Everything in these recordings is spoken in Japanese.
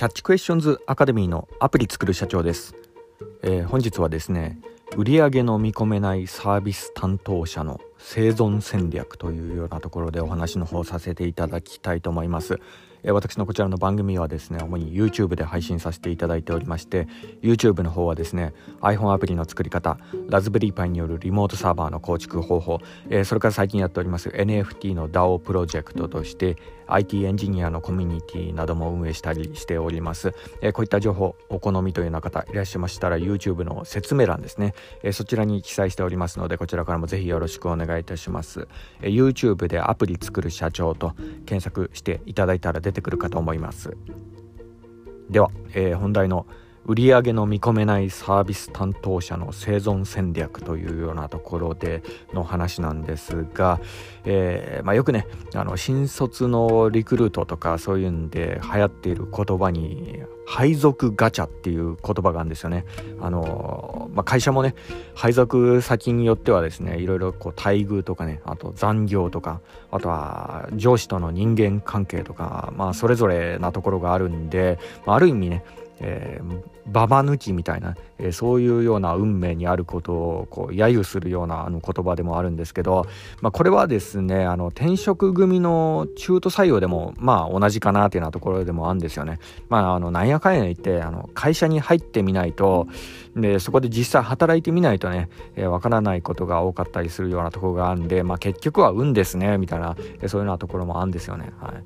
キャッチクエスチョンズアカデミーのアプリ作る社長です。本日はですね、売上の見込めないサービス担当者の生存戦略というようなところでお話の方させていただきたいと思います。私のこちらの番組はですね、主に YouTube で配信させていただいておりまして、 YouTube の方はですね、 iPhone アプリの作り方、ラズベリーパイによるリモートサーバーの構築方法、それから最近やっております NFT の DAO プロジェクトとして IT エンジニアのコミュニティなども運営したりしております。こういった情報お好みというような方いらっしゃいましたら YouTube の説明欄ですね、そちらに記載しておりますので、こちらからもぜひよろしくお願いいたします。YouTube でアプリ作る社長と検索していただいたら出てくるかと思います。では、本題の売上の見込めないサービス担当者の生存戦略というようなところでの話なんですが、よくね、新卒のリクルートとかそういうんで流行っている言葉に配属ガチャっていう言葉があるんですよね。会社もね、配属先によってはですね、いろいろこう待遇とかね、あと残業とか、あとは上司との人間関係とか、それぞれなところがあるんで、ある意味ね、ババ抜きみたいな、そういうような運命にあることをこう揶揄するような言葉でもあるんですけど、これはですね、転職組の中途採用でも同じかなっていうようなところでもあるんですよね。なんやかんや言って会社に入ってみないと、でそこで実際働いてみないとね、わからないことが多かったりするようなところがあるんで、結局は運ですねみたいな、そういうようなところもあるんですよね。はい。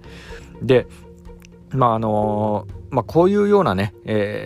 でこういうようなね、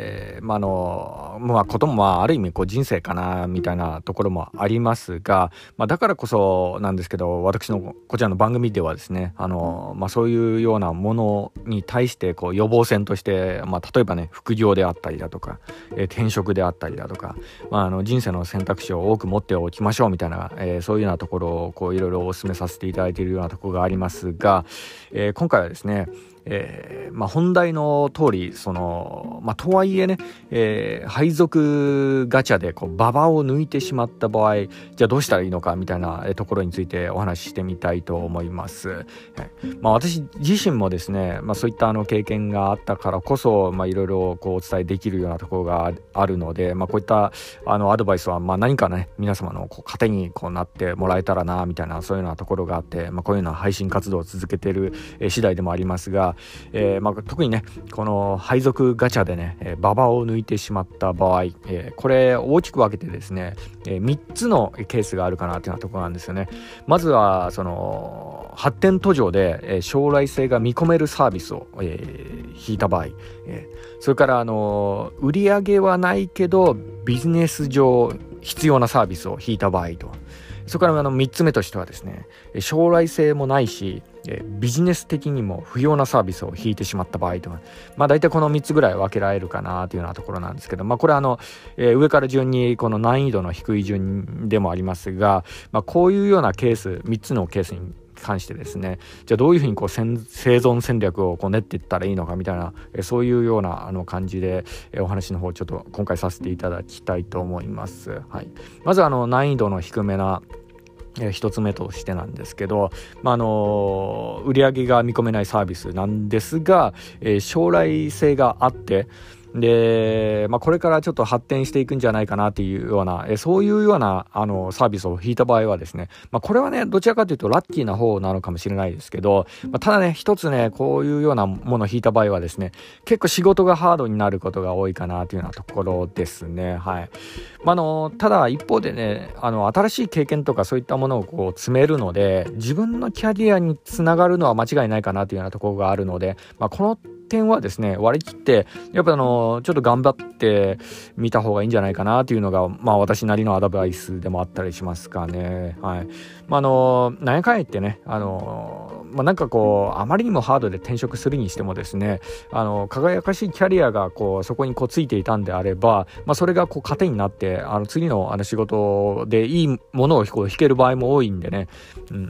こともある意味こう人生かなみたいなところもありますが、だからこそなんですけど、私のこちらの番組ではですね、そういうようなものに対してこう予防線として、例えばね、副業であったりだとか、転職であったりだとか、人生の選択肢を多く持っておきましょうみたいな、そういうようなところをこういろいろお勧めさせていただいているようなところがありますが、今回はですね、本題の通りとはいえね、配属ガチャでこうババを抜いてしまった場合、じゃあどうしたらいいのかみたいなところについてお話ししてみたいと思います。私自身もですね、そういった経験があったからこそ、いろいろこうお伝えできるようなところがあるので、こういったアドバイスは何かね、皆様のこう糧にこうなってもらえたらなみたいな、そういうようなところがあって、こういうような配信活動を続けている次第でもありますが、特にね、この配属ガチャでね、ババを抜いてしまった場合、これ大きく分けてですね、3つのケースがあるかなというようなところなんですよね。まずはその発展途上で、将来性が見込めるサービスを、引いた場合、それから売り上げはないけどビジネス上必要なサービスを引いた場合と、それから3つ目としてはですね、将来性もないしビジネス的にも不要なサービスを引いてしまった場合と、大体この3つぐらい分けられるかなというようなところなんですけど、これは上から順にこの難易度の低い順でもありますが、こういうようなケース、3つのケースに関してですね、じゃあどういうふうにこう生存戦略をこう練っていったらいいのかみたいな、そういうような感じでお話の方ちょっと今回させていただきたいと思います。はい、まず難易度の低めな一つ目としてなんですけど、売上が見込めないサービスなんですが、将来性があって、で、これからちょっと発展していくんじゃないかなっていうような、そういうようなサービスを引いた場合はですね、これはね、どちらかというとラッキーな方なのかもしれないですけど、ただね、一つね、こういうようなものを引いた場合はですね、結構仕事がハードになることが多いかなというようなところですね。はい。ただ一方でね、新しい経験とかそういったものをこう積めるので、自分のキャリアにつながるのは間違いないかなというようなところがあるので、この点はですね、割り切ってやっぱちょっと頑張ってみた方がいいんじゃないかなというのが、私なりのアドバイスでもあったりしますかね。はい。何やかんや言ってね、なんかこうあまりにもハードで転職するにしてもですね、輝かしいキャリアがこうそこにこうついていたんであれば、それがこう糧になって次の仕事でいいものをこう引ける場合も多いんでね。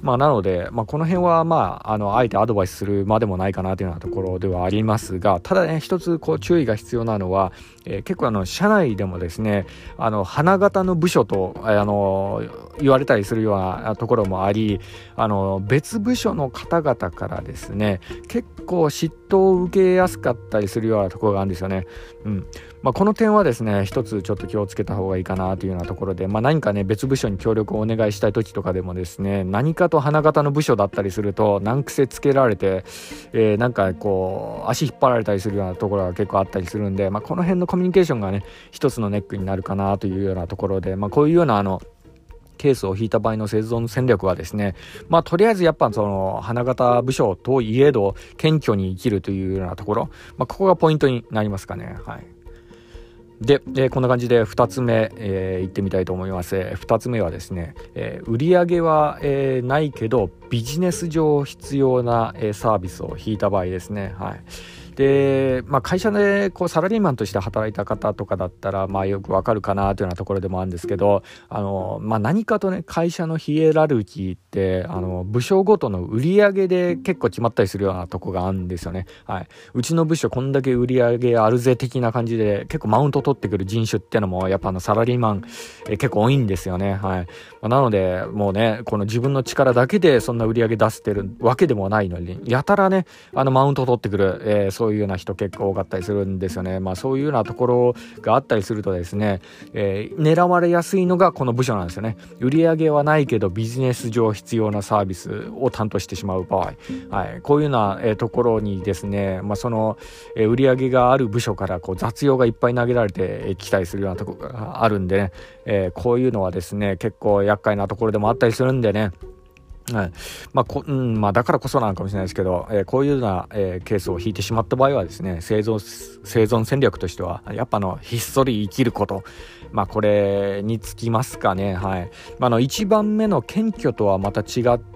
なので、この辺はあえてアドバイスするまでもないかなというようなところではありますが、ただね、一つ注意が必要なのは、結構社内でもですね、花形の部署と言われたりするようなところもあり、別部署の方々からですね、結構嫉妬を受けやすかったりするようなところがあるんですよね。この点はですね、一つちょっと気をつけた方がいいかなというようなところで、何かね、別部署に協力をお願いしたい時とかでもですね、何かと花形の部署だったりすると難癖つけられて、なんか足引っ張られたりするようなところが結構あったりするんで、この辺のコミュニケーションがね、一つのネックになるかなというようなところで、こういうようなケースを引いた場合の生存戦略はですね、とりあえずやっぱ花形部署といえど謙虚に生きるというようなところ、ここがポイントになりますかね。はい。で、こんな感じで2つ目、行ってみたいと思います。2つ目はですね、売上は、ないけどビジネス上必要な、サービスを引いた場合ですね。はい。で、会社でサラリーマンとして働いた方とかだったらよくわかるかなというようなところでもあるんですけど、何かとね、会社のヒエラルキーって部署ごとの売り上げで結構決まったりするようなとこがあるんですよね。はい。うちの部署こんだけ売り上げあるぜ的な感じで結構マウント取ってくる人種ってのもやっぱサラリーマン、結構多いんですよね。はい。なのでもうね、この自分の力だけでそんな売り上げ出してるわけでもないのに、やたらねマウント取ってくる、そういうような人結構多かったりするんですよね。そういうようなところがあったりするとですね、狙われやすいのがこの部署なんですよね。売り上げはないけどビジネス上必要なサービスを担当してしまう場合、はい、こういうような、ところにですね、その、売り上げがある部署から雑用がいっぱい投げられてきたりするようなところがあるんでね、こういうのはですね結構厄介なところでもあったりするんでね。はい。だからこそなのかもしれないですけど、こういうような、ケースを引いてしまった場合はですね、生存戦略としてはやっぱひっそり生きること、これにつきますかね。はい。1番目の謙虚とはまた違って、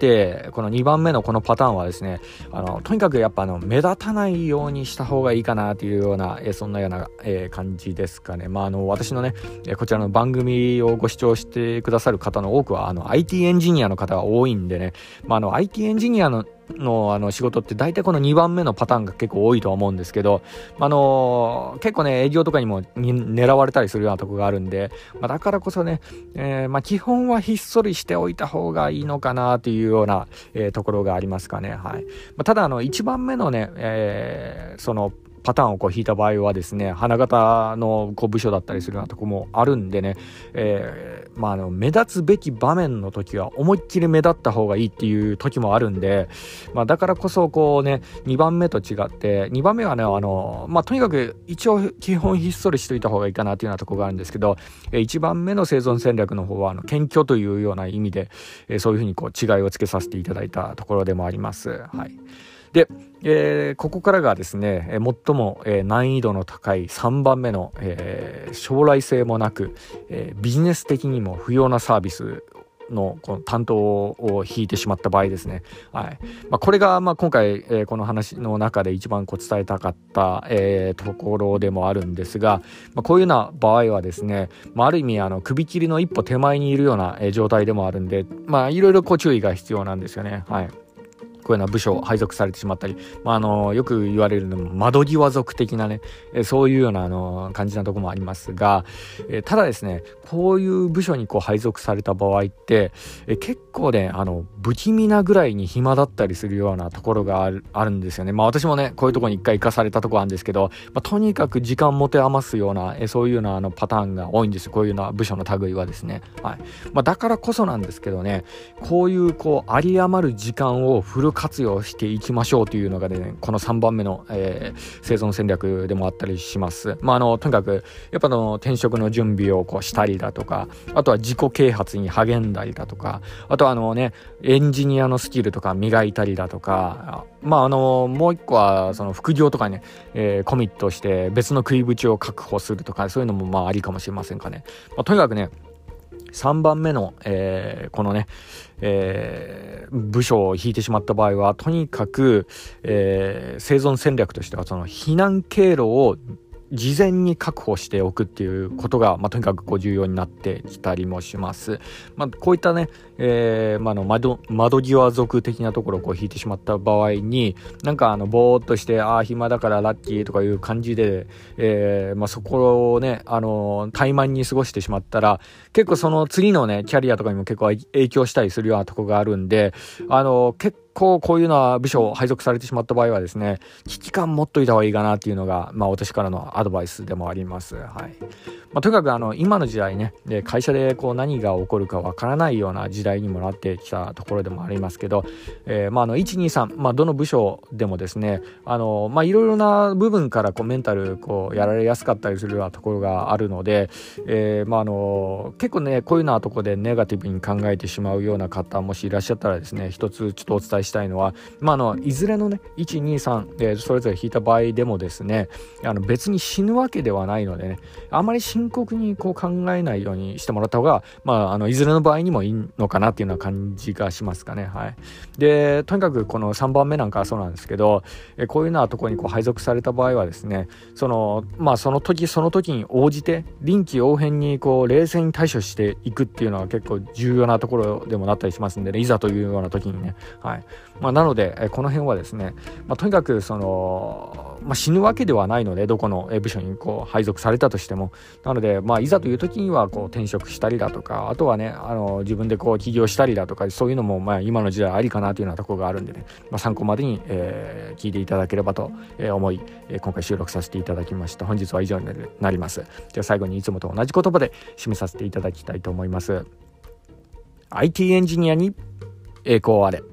この2番目のこのパターンはですね、とにかくやっぱ目立たないようにした方がいいかなというような、そんなような、感じですかね。私のね、こちらの番組をご視聴してくださる方の多くはIT エンジニアの方が多いんでね、IT エンジニアの仕事って大体この2番目のパターンが結構多いとは思うんですけど、結構ね営業とかにも狙われたりするようなとこがあるんで、だからこそね、基本はひっそりしておいた方がいいのかなというような、ところがありますかね。はい。ただ1番目のね、そのパターンを引いた場合はですね、花形の部署だったりするようなとこもあるんでね、目立つべき場面の時は思いっきり目立った方がいいっていう時もあるんで、だからこそ2番目と違って2番目はねとにかく一応基本ひっそりしといた方がいいかなっていうようなところがあるんですけど、1番目の生存戦略の方は謙虚というような意味で、そういうふうに違いをつけさせていただいたところでもあります。はい。で、ここからがですね、最も、難易度の高い3番目の、将来性もなく、ビジネス的にも不要なサービスのこの担当を引いてしまった場合ですね。はい。これが今回、この話の中で一番伝えたかった、ところでもあるんですが、こういうような場合はですね、ある意味首切りの一歩手前にいるような、状態でもあるんで、いろいろ注意が必要なんですよね。はい。こういうような部署を配属されてしまったり、よく言われるのも窓際族的なね、そういうような感じなところもありますが、ただですね、こういう部署に配属された場合って、結構ね不気味なぐらいに暇だったりするようなところがあるんですよね。私もねこういうところに一回行かされたところあるんですけど、とにかく時間持て余すような、そういうようなパターンが多いんですよ。こういうような部署の類はですね。はい。だからこそなんですけどね、こういう有り余る時間をフル活用していきましょうというのがね、この3番目の、生存戦略でもあったりします。とにかくやっぱ転職の準備をしたりだとか、あとは自己啓発に励んだりだとか、あとはエンジニアのスキルとか磨いたりだとか、もう一個はその副業とかね、コミットして別の食いぶちを確保するとか、そういうのもありかもしれませんかね。とにかくね3番目の、このね、部署を引いてしまった場合はとにかく、生存戦略としてはその避難経路を事前に確保しておくっていうことが、とにかく重要になってきたりもします。こういったね、窓際族的なところを引いてしまった場合に、なんかぼーっとして暇だからラッキーとかいう感じで、そこをね怠慢に過ごしてしまったら、結構その次のねキャリアとかにも結構影響したりするようなところがあるんで、結構こういうような部署を配属されてしまった場合はですね、危機感持っといた方がいいかなっていうのが、私からのアドバイスでもあります。はい。とにかく今の時代ね、会社で何が起こるかわからないような時代にもなってきたところでもありますけど、123、どの部署でもですね、いろいろな部分からメンタルやられやすかったりするようなところがあるので、結構ねこういうようなところでネガティブに考えてしまうような方もしいらっしゃったらですね、一つちょっとお伝えしたいのは、いずれのね123でそれぞれ引いた場合でもですね、別に死ぬわけではないのでね、あまり深刻に考えないようにしてもらった方が、いずれの場合にもいいのかなっていうような感じがしますかね。はい。で、とにかくこの3番目なんかはそうなんですけど、こういうようなところに配属された場合はですね、その時その時に応じて臨機応変に冷静に対処していくっていうのは結構重要なところでもなったりしますんでね、いざというような時にね。はい。なので、この辺はですね、とにかく死ぬわけではないので、どこの部署に配属されたとしても、なのでいざという時には転職したりだとか、あとはね自分で起業したりだとか、そういうのも今の時代ありかなというようなところがあるんでね、参考までに、聞いていただければと思い、今回収録させていただきました。本日は以上になります。では最後にいつもと同じ言葉で締めさせていただきたいと思います。IT エンジニアに栄光あれ。